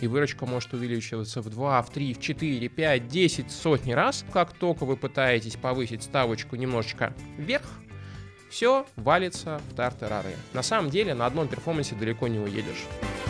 и выручка может увеличиваться в 2, в 3, в 4, 5, 10, сотни раз. Как только вы пытаетесь повысить ставочку немножечко вверх, все валится в тартарары. На самом деле на одном перформансе далеко не уедешь.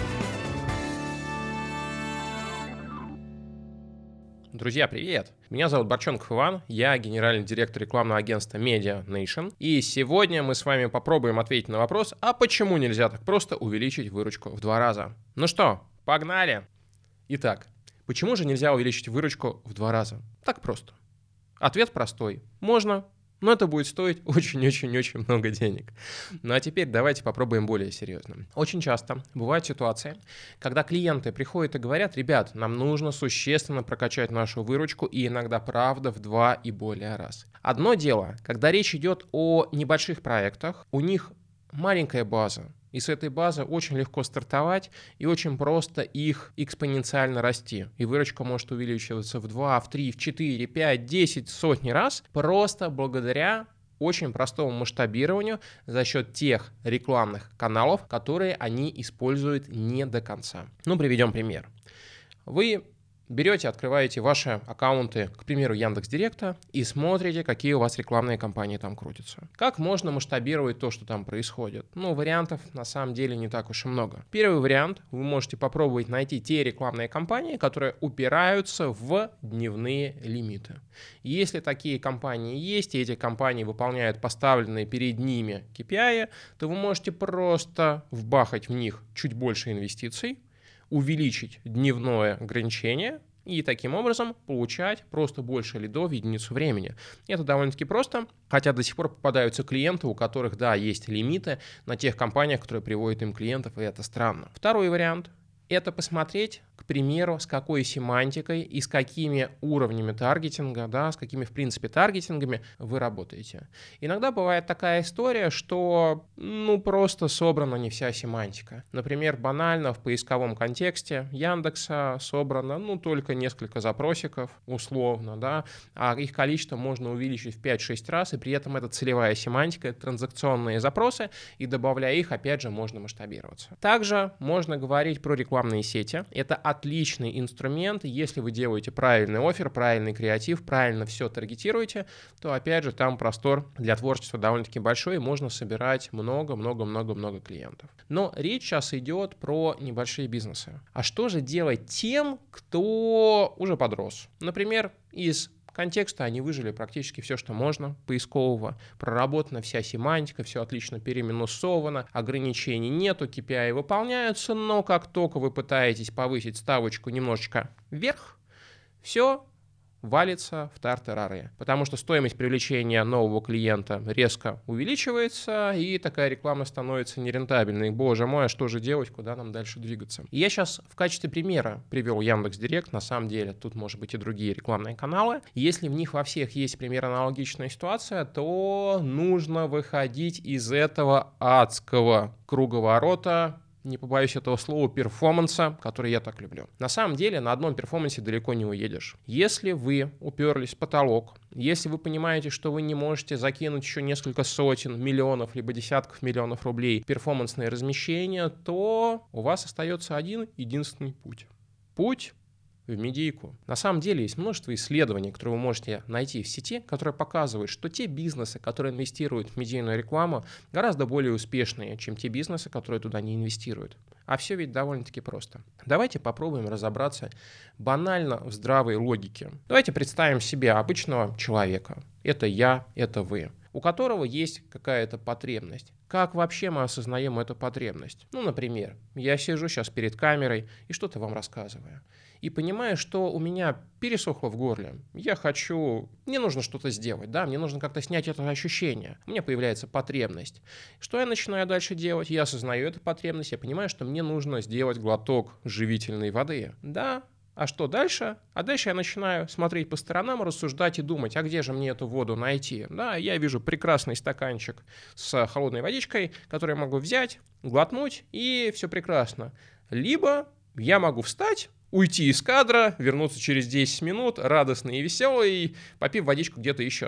Друзья, привет! Меня зовут Борченков Иван, я генеральный директор рекламного агентства Media Nation. И сегодня мы с вами попробуем ответить на вопрос, а почему нельзя так просто увеличить выручку в 2 раза? Ну что, погнали! Итак, почему же нельзя увеличить выручку в 2 раза? Так просто. Ответ простой. Можно, но это будет стоить очень-очень-очень много денег. Ну а теперь давайте попробуем более серьезно. Очень часто бывают ситуации, когда клиенты приходят и говорят: ребят, нам нужно существенно прокачать нашу выручку, и иногда правда в 2 и более раз. Одно дело, когда речь идет о небольших проектах, у них маленькая база, и с этой базы очень легко стартовать и очень просто их экспоненциально расти. И выручка может увеличиваться в 2, в 3, в 4, 5, 10, сотни раз просто благодаря очень простому масштабированию за счет тех рекламных каналов, которые они используют не до конца. Ну, приведем пример. Вы берете, открываете ваши аккаунты, к примеру, Яндекс.Директа, и смотрите, какие у вас рекламные кампании там крутятся. Как можно масштабировать то, что там происходит? Ну, вариантов на самом деле не так уж и много. Первый вариант: вы можете попробовать найти те рекламные кампании, которые упираются в дневные лимиты. Если такие кампании есть, и эти кампании выполняют поставленные перед ними KPI, то вы можете просто вбахать в них чуть больше инвестиций, увеличить дневное ограничение и таким образом получать просто больше лидов в единицу времени. Это довольно-таки просто, хотя до сих пор попадаются клиенты, у которых, да, есть лимиты на тех компаниях, которые приводят им клиентов, и это странно. Второй вариант — это посмотреть, к примеру, с какой семантикой и с какими уровнями таргетинга, да, с какими, в принципе, таргетингами вы работаете. Иногда бывает такая история, что, просто собрана не вся семантика. Например, банально в поисковом контексте Яндекса собрано, только несколько запросиков, условно, да, а их количество можно увеличить в 5-6 раз, и при этом это целевая семантика, это транзакционные запросы, и добавляя их, опять же, можно масштабироваться. Также можно говорить про рекламные сети. Это отличный инструмент. Если вы делаете правильный оффер, правильный креатив, правильно все таргетируете, то, опять же, там простор для творчества довольно-таки большой, и можно собирать много-много-много-много клиентов. Но речь сейчас идет про небольшие бизнесы. А что же делать тем, кто уже подрос? Например, из контекста они выжили практически все, что можно, поискового. Проработана вся семантика, все отлично переминусовано, ограничений нету, KPI выполняются, но как только вы пытаетесь повысить ставочку немножечко вверх, все валится в тартарары, потому что стоимость привлечения нового клиента резко увеличивается, и такая реклама становится нерентабельной. Боже мой, а что же делать, куда нам дальше двигаться? И я сейчас в качестве примера привел Яндекс.Директ, на самом деле тут, может быть, и другие рекламные каналы. Если в них во всех есть примерно аналогичная ситуация, то нужно выходить из этого адского круговорота, не побоюсь этого слова, перформанса, который я так люблю. На самом деле на одном перформансе далеко не уедешь. Если вы уперлись в потолок, если вы понимаете, что вы не можете закинуть еще несколько сотен миллионов, либо десятков миллионов рублей в перформансное размещение, то у вас остается один единственный путь. Путь в медийку. На самом деле есть множество исследований, которые вы можете найти в сети, которые показывают, что те бизнесы, которые инвестируют в медийную рекламу, гораздо более успешные, чем те бизнесы, которые туда не инвестируют. А все ведь довольно-таки просто. Давайте попробуем разобраться банально в здравой логике. Давайте представим себе обычного человека. Это я, это вы, у которого есть какая-то потребность. Как вообще мы осознаем эту потребность? Например, я сижу сейчас перед камерой и что-то вам рассказываю. И понимаю, что у меня пересохло в горле. Мне нужно что-то сделать, да, мне нужно как-то снять это ощущение. У меня появляется потребность. Что я начинаю дальше делать? Я осознаю эту потребность, я понимаю, что мне нужно сделать глоток живительной воды. Да, а что дальше? А дальше я начинаю смотреть по сторонам, рассуждать и думать, а где же мне эту воду найти? Да, я вижу прекрасный стаканчик с холодной водичкой, который я могу взять, глотнуть, и все прекрасно. Либо я могу встать, уйти из кадра, вернуться через 10 минут, радостный и веселый, попив водичку где-то еще.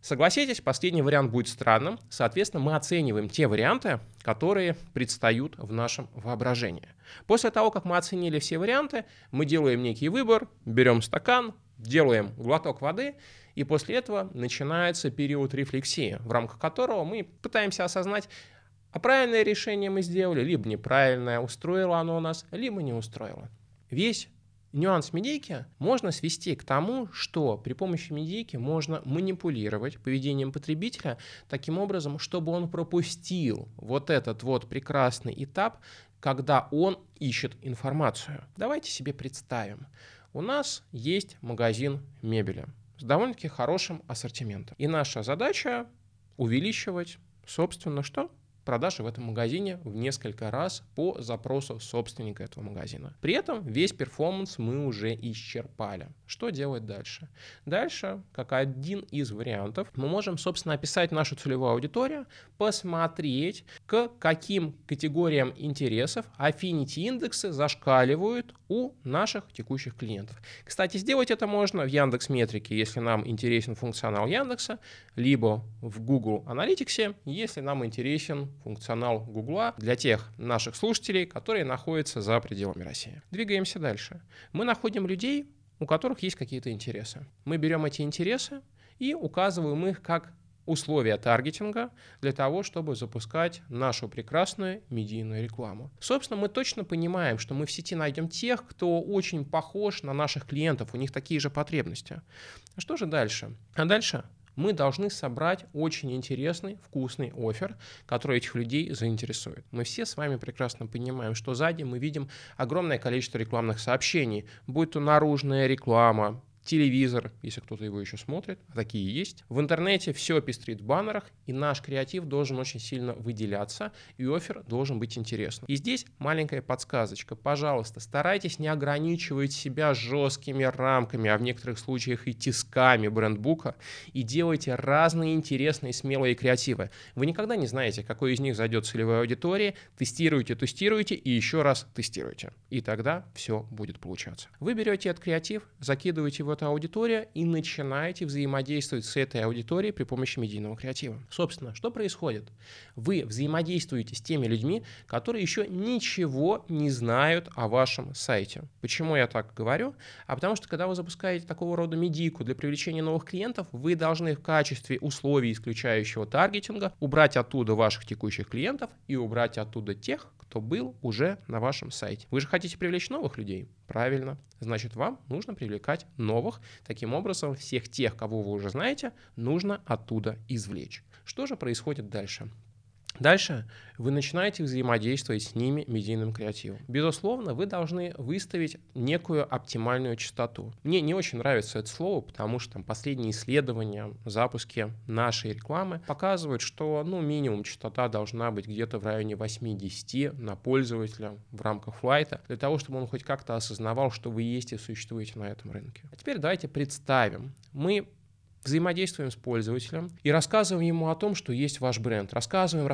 Согласитесь, последний вариант будет странным. Соответственно, мы оцениваем те варианты, которые предстают в нашем воображении. После того, как мы оценили все варианты, мы делаем некий выбор, берем стакан, делаем глоток воды, и после этого начинается период рефлексии, в рамках которого мы пытаемся осознать, а правильное решение мы сделали, либо неправильное, устроило оно нас, либо не устроило. Весь нюанс медийки можно свести к тому, что при помощи медийки можно манипулировать поведением потребителя таким образом, чтобы он пропустил вот этот вот прекрасный этап, когда он ищет информацию. Давайте себе представим. У нас есть магазин мебели с довольно-таки хорошим ассортиментом. И наша задача увеличивать, собственно, что? Продажи в этом магазине в несколько раз по запросу собственника этого магазина. При этом весь перформанс мы уже исчерпали. Что делать дальше? Дальше, как один из вариантов, мы можем, собственно, описать нашу целевую аудиторию, посмотреть, к каким категориям интересов affinity индексы зашкаливают у наших текущих клиентов. Кстати, сделать это можно в Яндекс.Метрике, если нам интересен функционал Яндекса, либо в Google Аналитиксе, если нам интересен функционал Гугла для тех наших слушателей, которые находятся за пределами России. Двигаемся дальше. Мы находим людей, у которых есть какие-то интересы. Мы берем эти интересы и указываем их как условия таргетинга для того, чтобы запускать нашу прекрасную медийную рекламу. Собственно, мы точно понимаем, что мы в сети найдем тех, кто очень похож на наших клиентов, у них такие же потребности. А что же дальше? А дальше мы должны собрать очень интересный, вкусный оффер, который этих людей заинтересует. Мы все с вами прекрасно понимаем, что сзади мы видим огромное количество рекламных сообщений, будь то наружная реклама, телевизор, если кто-то его еще смотрит, а такие есть. В интернете все пестрит в баннерах, и наш креатив должен очень сильно выделяться, и оффер должен быть интересным. И здесь маленькая подсказочка. Пожалуйста, старайтесь не ограничивать себя жесткими рамками, а в некоторых случаях и тисками брендбука, и делайте разные интересные, смелые креативы. Вы никогда не знаете, какой из них зайдет целевой аудитории. Тестируйте и еще раз тестируйте. И тогда все будет получаться. Вы берете этот креатив, закидываете его эта аудитория и начинаете взаимодействовать с этой аудиторией при помощи медийного креатива. Собственно, что происходит? Вы взаимодействуете с теми людьми, которые еще ничего не знают о вашем сайте. Почему я так говорю? А потому что, когда вы запускаете такого рода медийку для привлечения новых клиентов, вы должны в качестве условий исключающего таргетинга убрать оттуда ваших текущих клиентов и убрать оттуда тех, кто был уже на вашем сайте. Вы же хотите привлечь новых людей? Правильно. Значит, вам нужно привлекать новых. Таким образом, всех тех, кого вы уже знаете, нужно оттуда извлечь. Что же происходит дальше? Дальше вы начинаете взаимодействовать с ними медийным креативом. Безусловно, вы должны выставить некую оптимальную частоту. Мне не очень нравится это слово, потому что последние исследования, запуски нашей рекламы показывают, что минимум частота должна быть где-то в районе 8-10 на пользователя в рамках флайта, для того, чтобы он хоть как-то осознавал, что вы есть и существуете на этом рынке. А теперь давайте представим, мы взаимодействуем с пользователем и рассказываем ему о том, что есть ваш бренд. Рассказываем.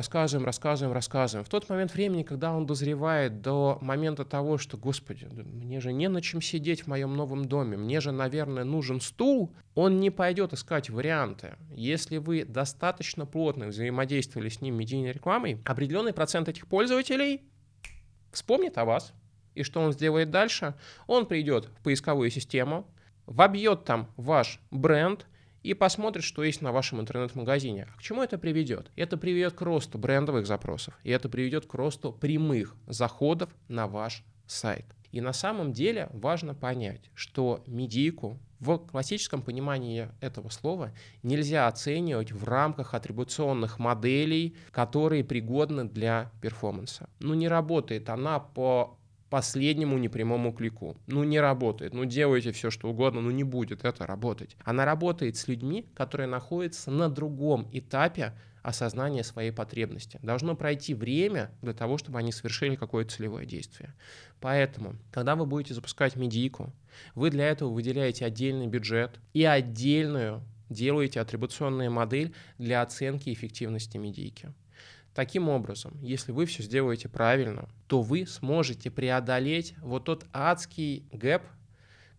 В тот момент времени, когда он дозревает до момента того, что, господи, мне же не на чем сидеть в моем новом доме, мне же, наверное, нужен стул, он не пойдет искать варианты. Если вы достаточно плотно взаимодействовали с ним медийной рекламой, определенный процент этих пользователей вспомнит о вас. И что он сделает дальше? Он придет в поисковую систему, вобьет там ваш бренд, и посмотрит, что есть на вашем интернет-магазине. А к чему это приведет? Это приведет к росту брендовых запросов, и это приведет к росту прямых заходов на ваш сайт. И на самом деле важно понять, что медийку в классическом понимании этого слова нельзя оценивать в рамках атрибуционных моделей, которые пригодны для перформанса. Не работает она по последнему непрямому клику. Не работает. Делайте все, что угодно, не будет это работать. Она работает с людьми, которые находятся на другом этапе осознания своей потребности. Должно пройти время для того, чтобы они совершили какое-то целевое действие. Поэтому, когда вы будете запускать медийку, вы для этого выделяете отдельный бюджет и отдельную делаете атрибуционную модель для оценки эффективности медийки. Таким образом, если вы все сделаете правильно, то вы сможете преодолеть вот тот адский гэп,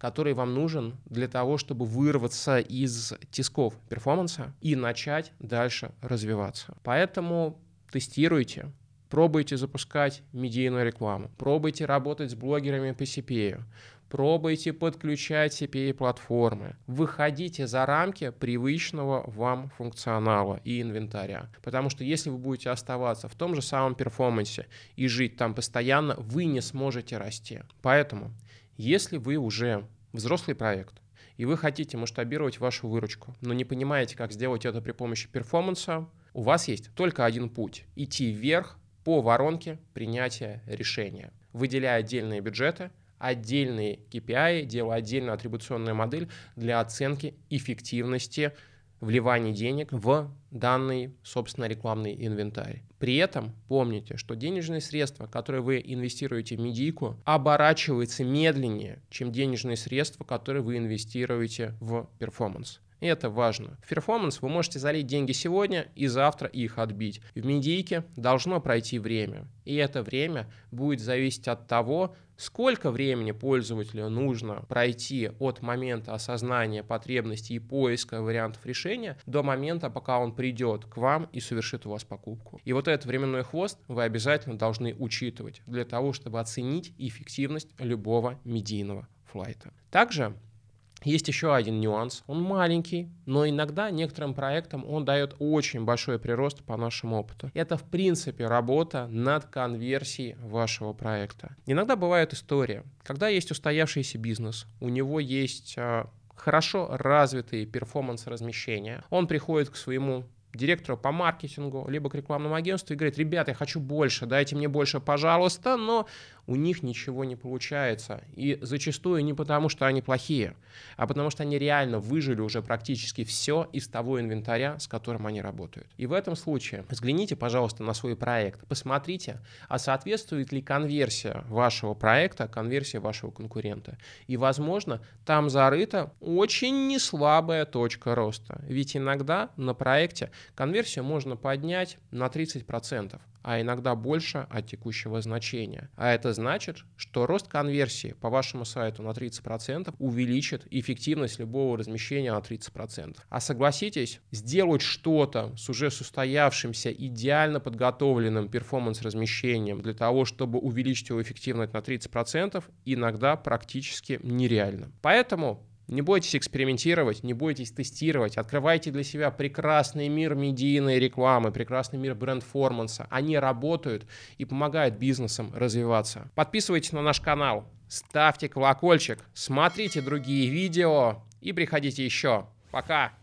который вам нужен для того, чтобы вырваться из тисков перформанса и начать дальше развиваться. Поэтому тестируйте, пробуйте запускать медийную рекламу, пробуйте работать с блогерами по CPA, пробуйте подключать CPA-платформы, выходите за рамки привычного вам функционала и инвентаря. Потому что если вы будете оставаться в том же самом перформансе и жить там постоянно, вы не сможете расти. Поэтому, если вы уже взрослый проект, и вы хотите масштабировать вашу выручку, но не понимаете, как сделать это при помощи перформанса, у вас есть только один путь – идти вверх по воронке принятия решения, выделяя отдельные бюджеты, отдельные KPI, делая отдельную атрибуционную модель для оценки эффективности вливания денег в данный, собственно, рекламный инвентарь. При этом помните, что денежные средства, которые вы инвестируете в медийку, оборачиваются медленнее, чем денежные средства, которые вы инвестируете в перформанс. И это важно. В перформанс вы можете залить деньги сегодня и завтра их отбить. В медийке должно пройти время. И это время будет зависеть от того, сколько времени пользователю нужно пройти от момента осознания потребностей и поиска вариантов решения до момента, пока он придет к вам и совершит у вас покупку. И вот этот временной хвост вы обязательно должны учитывать для того, чтобы оценить эффективность любого медийного флайта. Также есть еще один нюанс, он маленький, но иногда некоторым проектам он дает очень большой прирост по нашему опыту. Это в принципе работа над конверсией вашего проекта. Иногда бывает история, когда есть устоявшийся бизнес, у него есть хорошо развитые перформанс-размещения, он приходит к своему директору по маркетингу, либо к рекламному агентству и говорит: ребята, я хочу больше, дайте мне больше, пожалуйста, но у них ничего не получается. И зачастую не потому, что они плохие, а потому что они реально выжили уже практически все из того инвентаря, с которым они работают. И в этом случае взгляните, пожалуйста, на свой проект, посмотрите, а соответствует ли конверсия вашего проекта конверсии вашего конкурента. И, возможно, там зарыта очень неслабая точка роста. Ведь иногда на проекте конверсию можно поднять на 30%, а иногда больше от текущего значения. А это значит, что рост конверсии по вашему сайту на 30% увеличит эффективность любого размещения на 30%. А согласитесь, сделать что-то с уже состоявшимся идеально подготовленным перформанс-размещением для того, чтобы увеличить его эффективность на 30%, иногда практически нереально. Поэтому не бойтесь экспериментировать, не бойтесь тестировать, открывайте для себя прекрасный мир медийной рекламы, прекрасный мир бренд-форманса. Они работают и помогают бизнесам развиваться. Подписывайтесь на наш канал, ставьте колокольчик, смотрите другие видео и приходите еще. Пока!